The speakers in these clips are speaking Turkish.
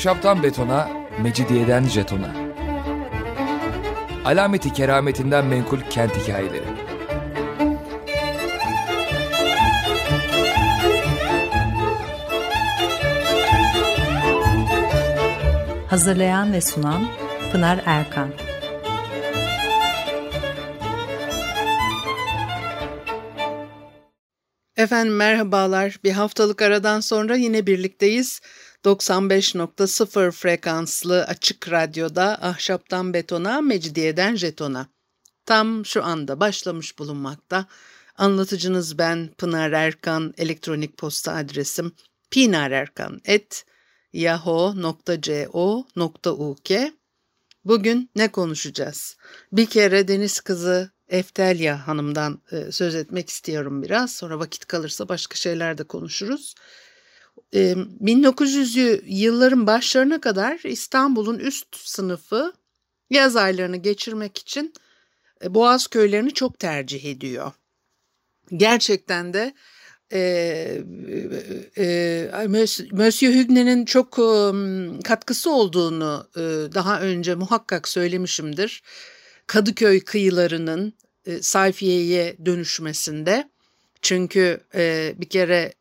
Ahşaptan betona, mecidiyeden jetona. Alameti kerametinden menkul kent hikayeleri. Hazırlayan ve sunan Pınar Erkan. Efendim merhabalar. Bir haftalık aradan sonra yine birlikteyiz. 95.0 frekanslı açık radyoda ahşaptan betona, mecidiyeden jetona. Tam şu anda başlamış bulunmakta. Anlatıcınız ben Pınar Erkan. Elektronik posta adresim pinarerkan@yahoo.co.uk. Bugün ne konuşacağız? Bir kere deniz kızı Eftelya Hanım'dan söz etmek istiyorum biraz. Sonra vakit kalırsa başka şeyler de konuşuruz. 1900'lü yılların başlarına kadar İstanbul'un üst sınıfı yaz aylarını geçirmek için Boğaz köylerini çok tercih ediyor. Gerçekten de Monsieur Hugne'nin çok katkısı olduğunu daha önce muhakkak söylemişimdir. Kadıköy kıyılarının sayfiyeye dönüşmesinde. Çünkü bir kere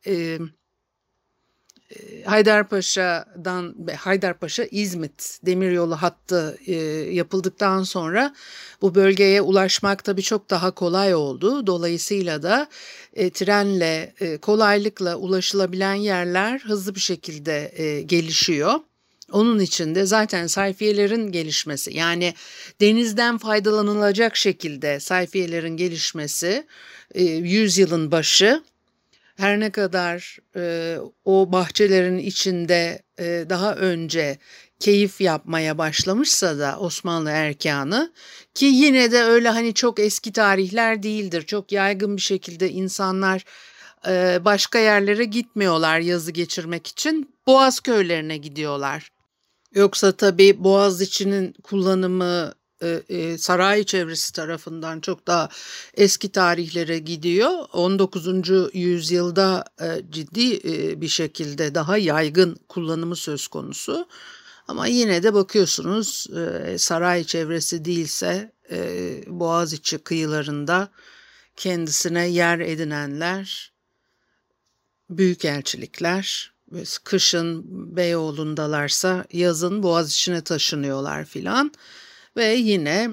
Haydarpaşa İzmit demiryolu hattı yapıldıktan sonra bu bölgeye ulaşmak tabii çok daha kolay oldu. Dolayısıyla da trenle kolaylıkla ulaşılabilen yerler hızlı bir şekilde gelişiyor. Onun için de zaten sayfiyelerin gelişmesi, yani denizden faydalanılacak şekilde sayfiyelerin gelişmesi yüzyılın başı. Her ne kadar o bahçelerin içinde daha önce keyif yapmaya başlamışsa da Osmanlı erkanı, ki yine de öyle hani çok eski tarihler değildir. Çok yaygın bir şekilde insanlar başka yerlere gitmiyorlar yazı geçirmek için. Boğaz köylerine gidiyorlar. Yoksa tabii Boğaziçi'nin kullanımı saray çevresi tarafından çok daha eski tarihlere gidiyor. 19. yüzyılda ciddi bir şekilde daha yaygın kullanımı söz konusu. Ama yine de bakıyorsunuz saray çevresi değilse Boğaziçi kıyılarında kendisine yer edinenler, büyükelçilikler, kışın Beyoğlu'ndalarsa yazın Boğaziçi'ne taşınıyorlar filan. Ve yine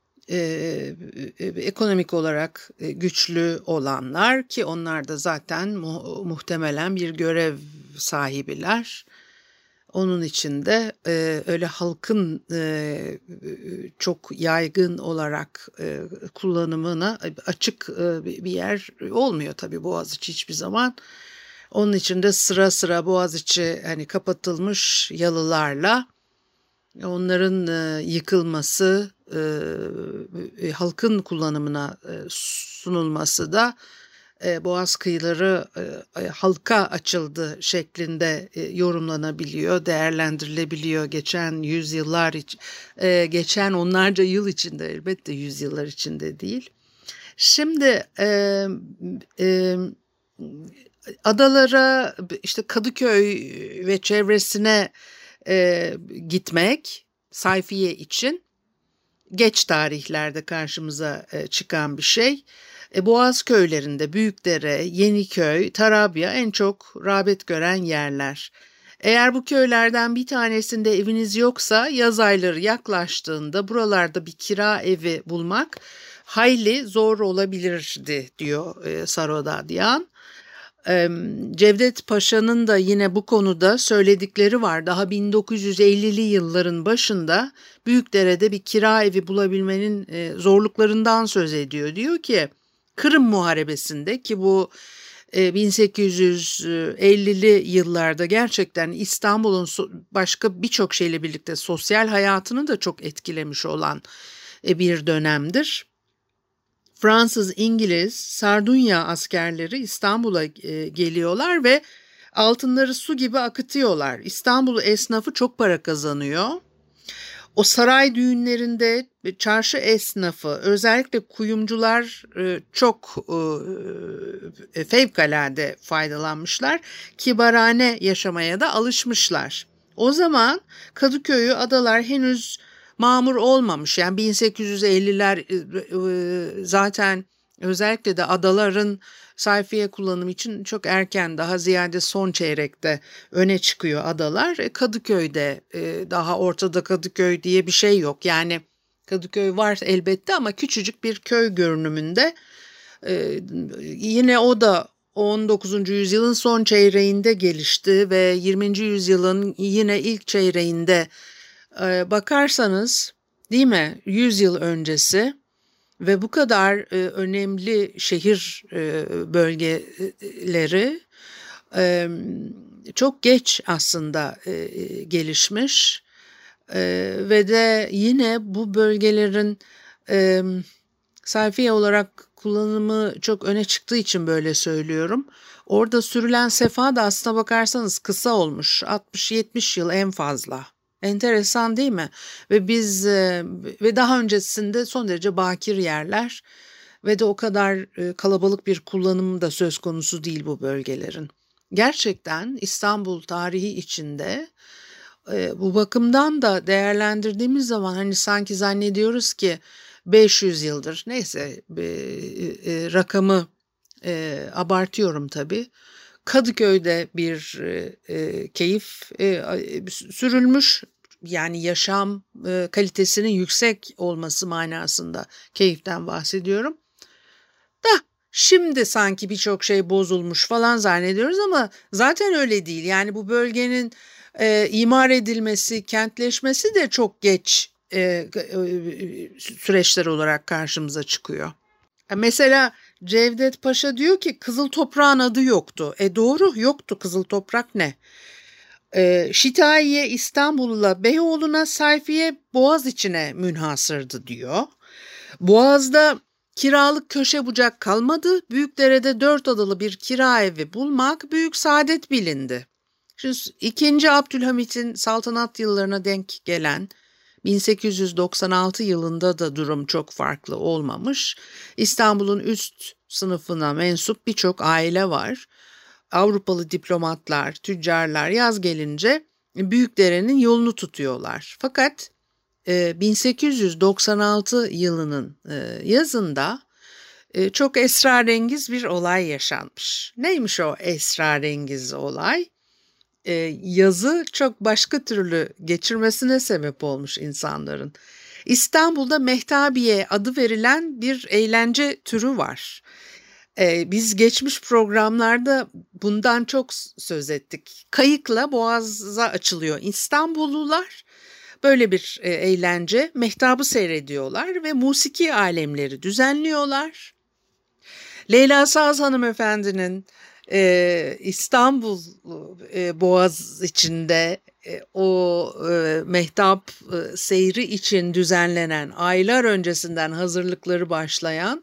ekonomik olarak güçlü olanlar, ki onlar da zaten muhtemelen bir görev sahibiler. Onun için de öyle halkın çok yaygın olarak kullanımına açık bir yer olmuyor tabii Boğaziçi hiçbir zaman. Onun için de sıra sıra Boğaziçi hani kapatılmış yalılarla onların yıkılması, halkın kullanımına sunulması da Boğaz kıyıları halka açıldı şeklinde yorumlanabiliyor, değerlendirilebiliyor geçen onlarca yıl içinde, elbette yüzyıllar içinde değil. Şimdi adalara, işte Kadıköy ve çevresine gitmek sayfiye için geç tarihlerde karşımıza çıkan bir şey. Boğaz köylerinde Büyükdere, Yeniköy, Tarabya en çok rağbet gören yerler. Eğer bu köylerden bir tanesinde eviniz yoksa yaz ayları yaklaştığında buralarda bir kira evi bulmak hayli zor olabilirdi diyor Sarodadyan. Cevdet Paşa'nın da yine bu konuda söyledikleri var. Daha 1950'li yılların başında Büyükdere'de bir kira evi bulabilmenin zorluklarından söz ediyor. Diyor ki Kırım Muharebesi'nde, ki bu 1850'li yıllarda gerçekten İstanbul'un başka birçok şeyle birlikte sosyal hayatını da çok etkilemiş olan bir dönemdir. Fransız, İngiliz, Sardunya askerleri İstanbul'a geliyorlar ve altınları su gibi akıtıyorlar. İstanbul esnafı çok para kazanıyor. O saray düğünlerinde çarşı esnafı, özellikle kuyumcular çok fevkalade faydalanmışlar. Kibarane yaşamaya da alışmışlar. O zaman Kadıköy'ü adalar henüz mamur olmamış. Yani 1850'ler zaten özellikle de adaların sayfiye kullanımı için çok erken, daha ziyade son çeyrekte öne çıkıyor adalar. Kadıköy'de daha ortada Kadıköy diye bir şey yok. Yani Kadıköy var elbette ama küçücük bir köy görünümünde. Yine o da 19. yüzyılın son çeyreğinde gelişti ve 20. yüzyılın yine ilk çeyreğinde bakarsanız, değil mi, 100 yıl öncesi ve bu kadar önemli şehir bölgeleri çok geç aslında gelişmiş ve de yine bu bölgelerin sayfiye olarak kullanımı çok öne çıktığı için böyle söylüyorum. Orada sürülen sefa da aslına bakarsanız kısa olmuş. 60-70 yıl en fazla. Enteresan değil mi? Ve biz ve daha öncesinde son derece bakir yerler ve de o kadar kalabalık bir kullanım da söz konusu değil bu bölgelerin. Gerçekten İstanbul tarihi içinde bu bakımdan da değerlendirdiğimiz zaman hani sanki zannediyoruz ki 500 yıldır, neyse rakamı abartıyorum tabii. Kadıköy'de bir keyif sürülmüş, yani yaşam kalitesinin yüksek olması manasında keyiften bahsediyorum. Da şimdi sanki birçok şey bozulmuş falan zannediyoruz ama zaten öyle değil. Yani bu bölgenin imar edilmesi, kentleşmesi de çok geç süreçler olarak karşımıza çıkıyor. Mesela Cevdet Paşa diyor ki Kızıl Toprağın adı yoktu. Doğru, yoktu. Kızıl Toprak ne? Şitayiye İstanbul'la Beyoğlu'na, sayfiye Boğaziçi'ne münhasırdı diyor. Boğaz'da kiralık köşe bucak kalmadı. Büyükdere'de 4 odalı bir kira evi bulmak büyük saadet bilindi. Şimdi 2. Abdülhamit'in saltanat yıllarına denk gelen 1896 yılında da durum çok farklı olmamış. İstanbul'un üst sınıfına mensup birçok aile var. Avrupalı diplomatlar, tüccarlar yaz gelince Büyükdere'nin yolunu tutuyorlar. Fakat 1896 yılının yazında çok esrarengiz bir olay yaşanmış. Neymiş o esrarengiz olay? Yazı çok başka türlü geçirmesine sebep olmuş insanların. İstanbul'da Mehtabiye adı verilen bir eğlence türü var. Biz geçmiş programlarda bundan çok söz ettik. Kayıkla Boğaz'a açılıyor İstanbullular. Böyle bir eğlence, mehtabı seyrediyorlar ve musiki alemleri düzenliyorlar. Leyla Saz hanımefendinin İstanbul Boğaz içinde o mehtap seyri için düzenlenen, aylar öncesinden hazırlıkları başlayan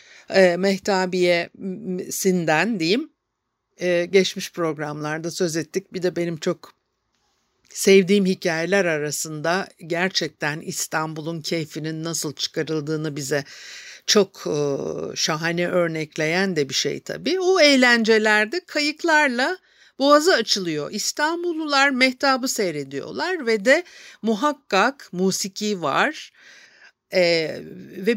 Mehtabiyesinden diyeyim, geçmiş programlarda söz ettik. Bir de benim çok sevdiğim hikayeler arasında gerçekten İstanbul'un keyfinin nasıl çıkarıldığını bize çok şahane örnekleyen de bir şey tabii. O eğlencelerde kayıklarla Boğaz'a açılıyor. İstanbullular mehtabı seyrediyorlar ve de muhakkak musiki var. Ve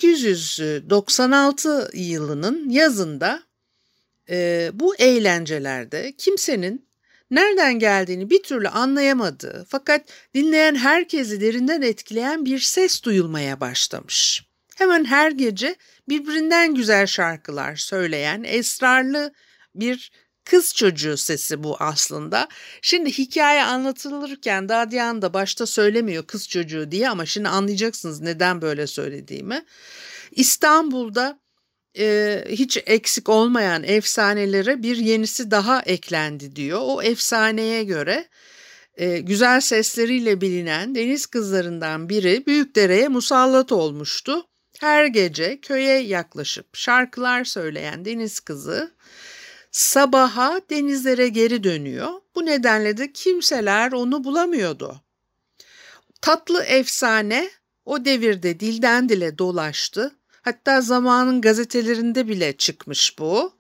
1896 yılının yazında bu eğlencelerde kimsenin nereden geldiğini bir türlü anlayamadığı fakat dinleyen herkesi derinden etkileyen bir ses duyulmaya başlamış. Hemen her gece birbirinden güzel şarkılar söyleyen esrarlı bir kız çocuğu sesi bu aslında. Şimdi hikaye anlatılırken Dadyan da başta söylemiyor kız çocuğu diye ama şimdi anlayacaksınız neden böyle söylediğimi. İstanbul'da hiç eksik olmayan efsanelere bir yenisi daha eklendi diyor. O efsaneye göre güzel sesleriyle bilinen deniz kızlarından biri Büyükdere'ye musallat olmuştu. Her gece köye yaklaşıp şarkılar söyleyen deniz kızı sabaha denizlere geri dönüyor. Bu nedenle de kimseler onu bulamıyordu. Tatlı efsane o devirde dilden dile dolaştı. Hatta zamanın gazetelerinde bile çıkmış bu.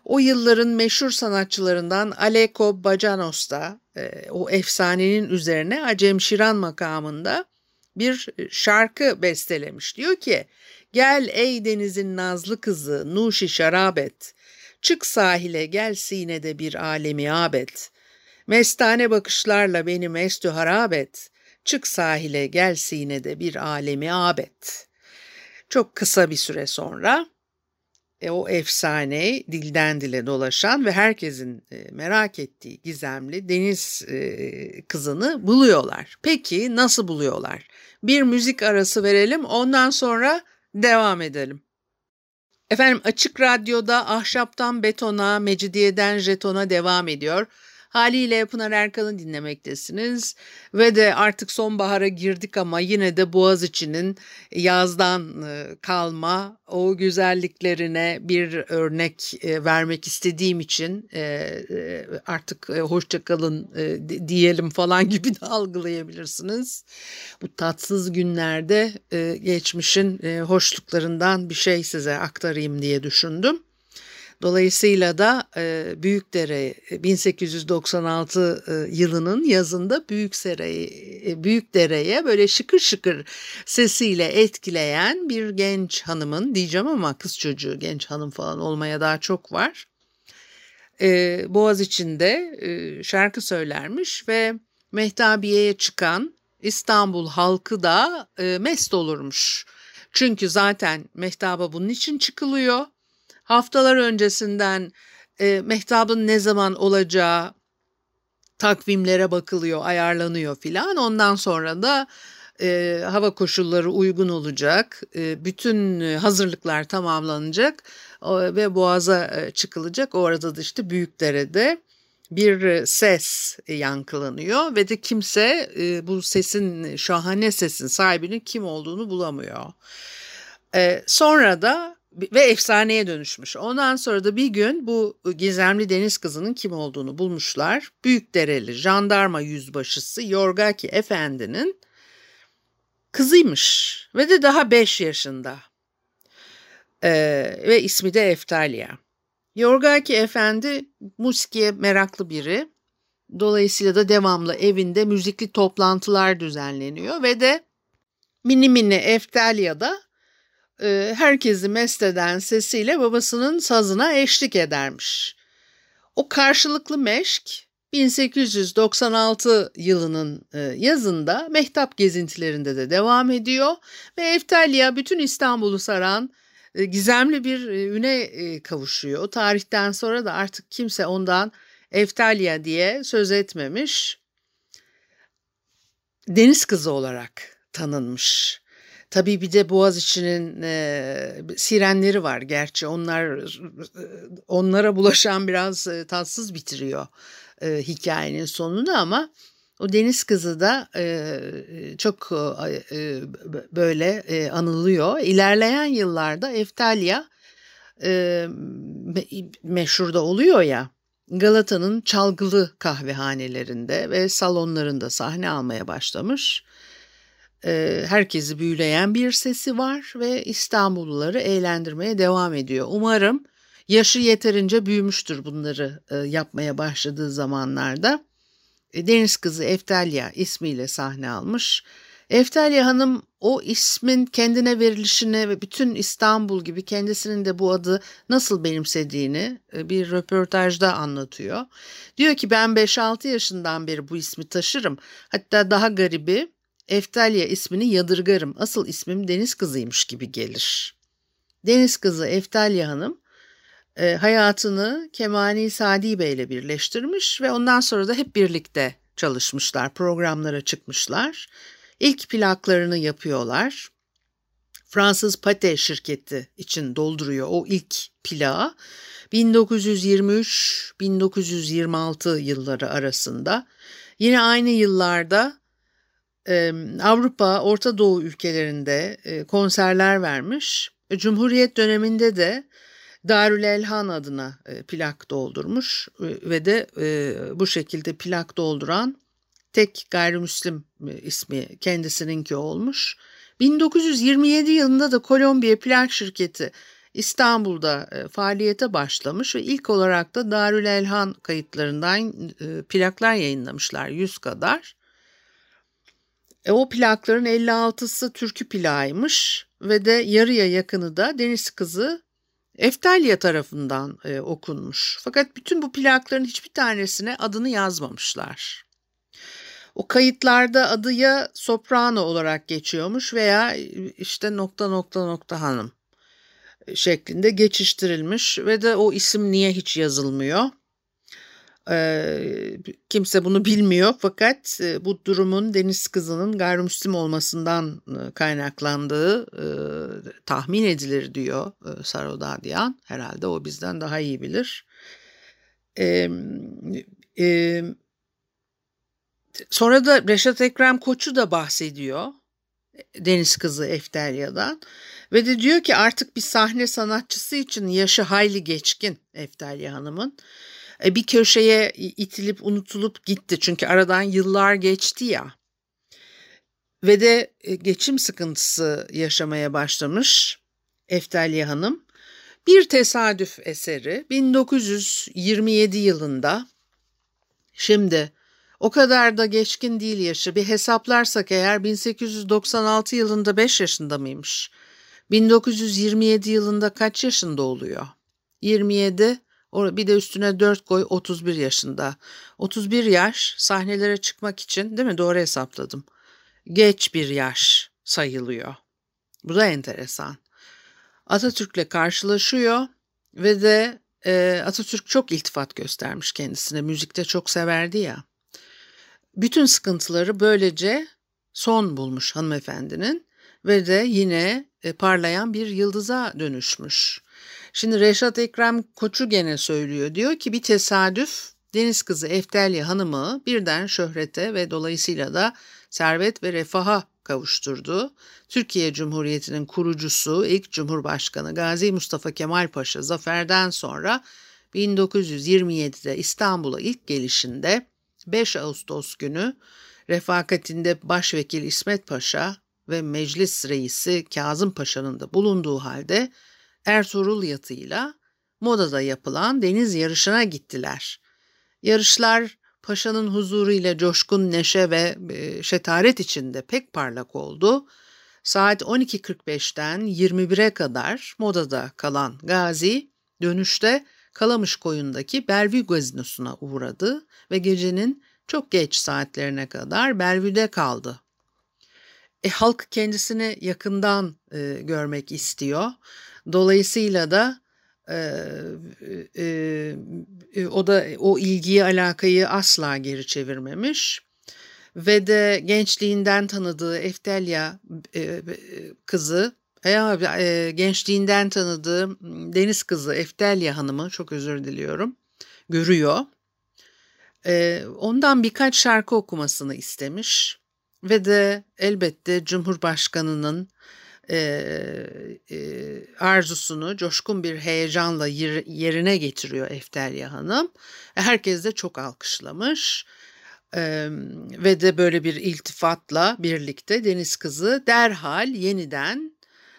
O yılların meşhur sanatçılarından Aleko Bacanos da o efsanenin üzerine Acem Şiran makamında bir şarkı bestelemiş. Diyor ki, gel ey denizin nazlı kızı nuşi şarabet, çık sahile gel sinede bir alemi abet, mestane bakışlarla beni mestü harabet, çık sahile gel sinede bir alemi abet. Çok kısa bir süre sonra o efsane dilden dile dolaşan ve herkesin merak ettiği gizemli deniz kızını buluyorlar. Peki nasıl buluyorlar? Bir müzik arası verelim, ondan sonra devam edelim. Efendim, Açık Radyo'da Ahşaptan Betona, Mecidiyeden Jeton'a devam ediyor. Haliyle Pınar Erkan'ı dinlemektesiniz ve de artık sonbahara girdik ama yine de Boğaziçi'nin yazdan kalma o güzelliklerine bir örnek vermek istediğim için artık hoşça kalın diyelim falan gibi de algılayabilirsiniz. Bu tatsız günlerde geçmişin hoşluklarından bir şey size aktarayım diye düşündüm. Dolayısıyla da Büyükdere 1896 yılının yazında Büyükdere'ye böyle şıkır şıkır sesiyle etkileyen bir genç hanımın, diyeceğim ama kız çocuğu, genç hanım falan olmaya daha çok var. Boğaziçi'nde şarkı söylermiş ve Mehtabiye'ye çıkan İstanbul halkı da mest olurmuş. Çünkü zaten mehtaba bunun için çıkılıyor. Haftalar öncesinden mehtabın ne zaman olacağı takvimlere bakılıyor, ayarlanıyor filan. Ondan sonra da hava koşulları uygun olacak, bütün hazırlıklar tamamlanacak ve Boğaz'a çıkılacak. Orada da işte Büyükdere'de bir ses yankılanıyor ve de kimse bu sesin, şahane sesin sahibinin kim olduğunu bulamıyor. Sonra da ve efsaneye dönüşmüş. Ondan sonra da bir gün bu gizemli deniz kızının kim olduğunu bulmuşlar. Büyükdereli jandarma yüzbaşısı Yorgaki Efendi'nin kızıymış ve de daha 5 yaşında. Ve ismi de Eftalya. Yorgaki Efendi müziğe meraklı biri. Dolayısıyla da devamlı evinde müzikli toplantılar düzenleniyor ve de mini Eftalya da herkesi mest eden sesiyle babasının sazına eşlik edermiş. O karşılıklı meşk 1896 yılının yazında mehtap gezintilerinde de devam ediyor ve Eftalya bütün İstanbul'u saran gizemli bir üne kavuşuyor. O tarihten sonra da artık kimse ondan Eftalya diye söz etmemiş. Deniz kızı olarak tanınmış. Tabii bir de Boğaziçi'nin sirenleri var. Gerçi onlara bulaşan biraz tatsız bitiriyor hikayenin sonunu ama o deniz kızı da çok böyle anılıyor. İlerleyen yıllarda Eftalya meşhur da oluyor ya, Galata'nın çalgılı kahvehanelerinde ve salonlarında sahne almaya başlamış. Herkesi büyüleyen bir sesi var ve İstanbulluları eğlendirmeye devam ediyor. Umarım yaşı yeterince büyümüştür bunları yapmaya başladığı zamanlarda. Deniz kızı Eftalya ismiyle sahne almış. Eftalya Hanım o ismin kendine verilişini ve bütün İstanbul gibi kendisinin de bu adı nasıl benimsediğini bir röportajda anlatıyor. Diyor ki, ben 5-6 yaşından beri bu ismi taşırım. Hatta daha garibi, Eftalya ismini yadırgarım. Asıl ismim Deniz Kızıymış gibi gelir. Deniz Kızı Eftalya Hanım hayatını Kemani Sadi Bey ile birleştirmiş ve ondan sonra da hep birlikte çalışmışlar, programlara çıkmışlar. İlk plaklarını yapıyorlar. Fransız Pathé şirketi için dolduruyor o ilk plağı. 1923-1926 yılları arasında. Yine aynı yıllarda Avrupa, Orta Doğu ülkelerinde konserler vermiş. Cumhuriyet döneminde de Darül Elhan adına plak doldurmuş ve de bu şekilde plak dolduran tek gayrimüslim ismi kendisininki olmuş. 1927 yılında da Kolombiya plak şirketi İstanbul'da faaliyete başlamış ve ilk olarak da Darül Elhan kayıtlarından plaklar yayınlamışlar 100 kadar. O plakların 56'sı türkü plağıymış ve de yarıya yakını da Deniz Kızı Eftalya tarafından okunmuş. Fakat bütün bu plakların hiçbir tanesine adını yazmamışlar. O kayıtlarda adı ya soprano olarak geçiyormuş veya işte nokta nokta nokta hanım şeklinde geçiştirilmiş ve de o isim niye hiç yazılmıyor? Kimse bunu bilmiyor fakat bu durumun Deniz Kızı'nın gayrimüslim olmasından kaynaklandığı tahmin edilir diyor Sarodadyan. Herhalde o bizden daha iyi bilir. Sonra da Reşat Ekrem Koçu da bahsediyor Deniz Kızı Eftalya'dan ve de diyor ki artık bir sahne sanatçısı için yaşı hayli geçkin Eftalya Hanım'ın. Bir köşeye itilip unutulup gitti çünkü aradan yıllar geçti ya ve de geçim sıkıntısı yaşamaya başlamış Eftalya Hanım. Bir tesadüf eseri 1927 yılında, şimdi o kadar da geçkin değil yaşı, bir hesaplarsak eğer 1896 yılında 5 yaşında mıymış? 1927 yılında kaç yaşında oluyor? 27, bir de üstüne 4 koy, 31 yaşında. 31 yaş sahnelere çıkmak için, değil mi? Doğru hesapladım. Geç bir yaş sayılıyor. Bu da enteresan. Atatürk'le karşılaşıyor ve de Atatürk çok iltifat göstermiş kendisine. Müzikte çok severdi ya. Bütün sıkıntıları böylece son bulmuş hanımefendinin ve de yine parlayan bir yıldıza dönüşmüş. Şimdi Reşat Ekrem Koçu gene söylüyor. Diyor ki bir tesadüf Deniz Kızı Eftalya Hanım'ı birden şöhrete ve dolayısıyla da servet ve refaha kavuşturdu. Türkiye Cumhuriyeti'nin kurucusu, ilk Cumhurbaşkanı Gazi Mustafa Kemal Paşa zaferden sonra 1927'de İstanbul'a ilk gelişinde 5 Ağustos günü refakatinde Başvekil İsmet Paşa ve Meclis Reisi Kazım Paşa'nın da bulunduğu halde Ertuğrul yatıyla Moda'da yapılan deniz yarışına gittiler. Yarışlar Paşa'nın huzuruyla coşkun neşe ve şetaret içinde pek parlak oldu. Saat 12.45'ten 21'e kadar Moda'da kalan Gazi dönüşte Kalamış Koyun'daki Bellevue Gazinosu'na uğradı ve gecenin çok geç saatlerine kadar Bellevue'de kaldı. Halk kendisini yakından görmek istiyor. Dolayısıyla da o da o ilgiyi, alakayı asla geri çevirmemiş ve de gençliğinden tanıdığı Eftalya kızı, gençliğinden tanıdığı Deniz Kızı Eftalya Hanım'ı, çok özür diliyorum, görüyor. Ondan birkaç şarkı okumasını istemiş ve de elbette Cumhurbaşkanı'nın arzusunu coşkun bir heyecanla yerine getiriyor Eftalya Hanım. Herkes de çok alkışlamış ve de böyle bir iltifatla birlikte Deniz Kızı derhal yeniden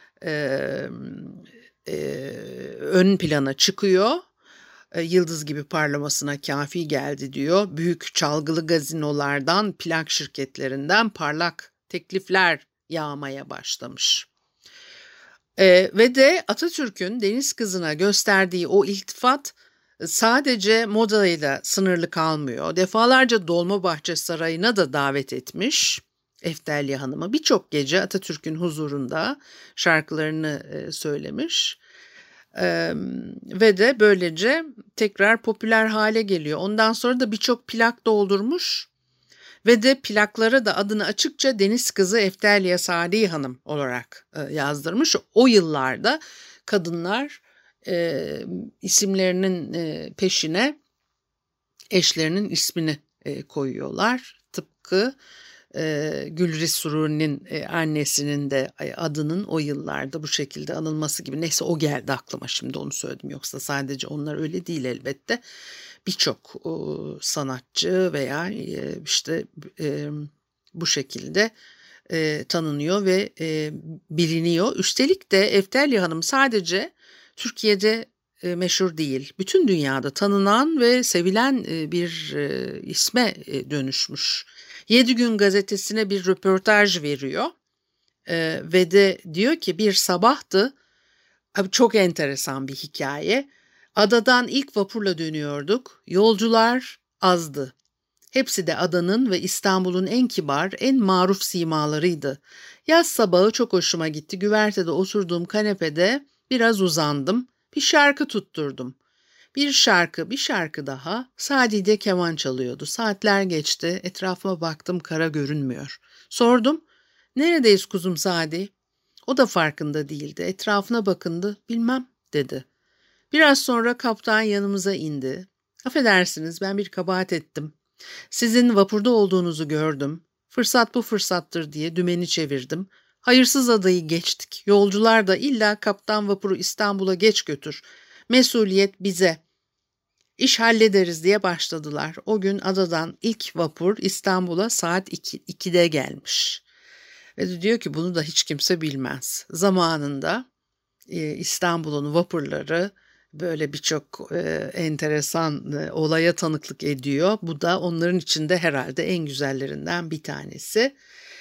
ön plana çıkıyor. Yıldız gibi parlamasına kafi geldi diyor. Büyük çalgılı gazinolardan, plak şirketlerinden parlak teklifler yağmaya başlamış. Ve de Atatürk'ün Deniz Kızı'na gösterdiği o iltifat sadece Moda'yla sınırlı kalmıyor. Defalarca Dolmabahçe Sarayı'na da davet etmiş Eftalya Hanım'ı. Birçok gece Atatürk'ün huzurunda şarkılarını söylemiş. Ve de böylece tekrar popüler hale geliyor. Ondan sonra da birçok plak doldurmuş ve de plaklara da adını açıkça Deniz Kızı Eftalya Sadi Hanım olarak yazdırmış. O yıllarda kadınlar isimlerinin peşine eşlerinin ismini koyuyorlar. Tıpkı Gülriz Sururi'nin annesinin de adının o yıllarda bu şekilde anılması gibi. Neyse, o geldi aklıma, şimdi onu söyledim. Yoksa sadece onlar öyle değil elbette. Birçok sanatçı veya işte bu şekilde tanınıyor ve biliniyor. Üstelik de Eftalya Hanım sadece Türkiye'de meşhur değil. Bütün dünyada tanınan ve sevilen bir isme dönüşmüş. 7 Gün gazetesine bir röportaj veriyor ve de diyor ki bir sabahtı. Abi çok enteresan bir hikaye. Adadan ilk vapurla dönüyorduk. Yolcular azdı. Hepsi de adanın ve İstanbul'un en kibar, en maruf simalarıydı. Yaz sabahı çok hoşuma gitti. Güvertede oturduğum kanepede biraz uzandım. Bir şarkı tutturdum. Bir şarkı daha. Sadide keman çalıyordu. Saatler geçti. Etrafıma baktım, kara görünmüyor. Sordum, neredeyiz kuzum Sadi? O da farkında değildi. Etrafına bakındı. Bilmem dedi. Biraz sonra kaptan yanımıza indi. Affedersiniz, ben bir kabahat ettim. Sizin vapurda olduğunuzu gördüm. Fırsat bu fırsattır diye dümeni çevirdim. Hayırsız adayı geçtik. Yolcular da illa kaptan vapuru İstanbul'a geç götür. Mesuliyet bize. İş hallederiz diye başladılar. O gün adadan ilk vapur İstanbul'a saat 2'de gelmiş. Ve diyor ki bunu da hiç kimse bilmez. Zamanında İstanbul'un vapurları böyle birçok enteresan olaya tanıklık ediyor. Bu da onların içinde herhalde en güzellerinden bir tanesi.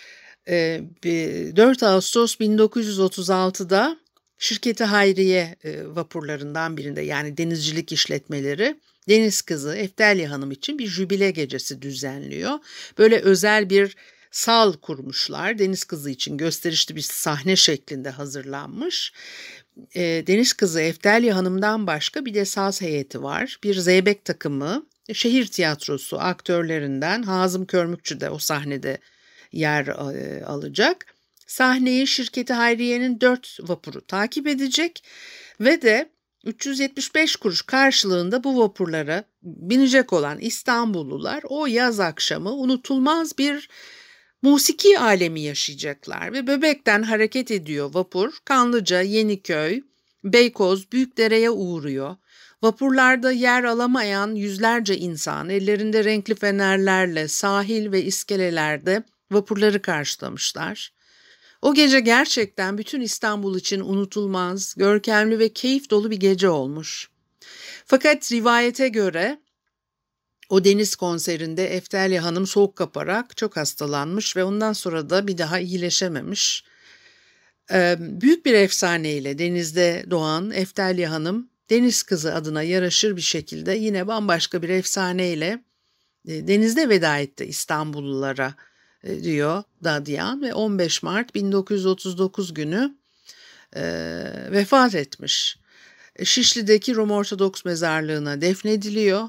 4 Ağustos 1936'da Şirketi Hayriye vapurlarından birinde, yani denizcilik işletmeleri, Deniz Kızı Eftelya Hanım için bir jübile gecesi düzenliyor. Böyle özel bir sal kurmuşlar. Deniz Kızı için gösterişli bir sahne şeklinde hazırlanmış. Deniz Kızı Eftelya Hanım'dan başka bir de saz heyeti var. Bir zeybek takımı, şehir tiyatrosu aktörlerinden Hazım Körmükçü de o sahnede yer alacak. Sahneyi Şirketi Hayriye'nin 4 vapuru takip edecek ve de 375 kuruş karşılığında bu vapurlara binecek olan İstanbullular o yaz akşamı unutulmaz bir musiki alemi yaşayacaklar ve Bebek'ten hareket ediyor vapur. Kanlıca, Yeniköy, Beykoz, Büyükdere'ye uğruyor. Vapurlarda yer alamayan yüzlerce insan ellerinde renkli fenerlerle sahil ve iskelelerde vapurları karşılamışlar. O gece gerçekten bütün İstanbul için unutulmaz, görkemli ve keyif dolu bir gece olmuş. Fakat rivayete göre o deniz konserinde Eftelya Hanım soğuk kaparak çok hastalanmış ve ondan sonra da bir daha iyileşememiş. Büyük bir efsaneyle denizde doğan Eftelya Hanım, Deniz Kızı adına yaraşır bir şekilde yine bambaşka bir efsaneyle denizde veda etti İstanbullulara diyor Dadyan ve 15 Mart 1939 günü vefat etmiş. Şişli'deki Rum Ortodoks mezarlığına defnediliyor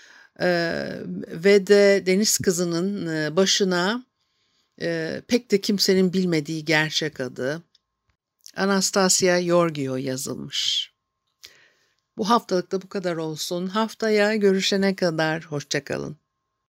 ve de Deniz Kızı'nın başına pek de kimsenin bilmediği gerçek adı Anastasia Yorgio yazılmış. Bu haftalık da bu kadar olsun. Haftaya görüşene kadar hoşça kalın.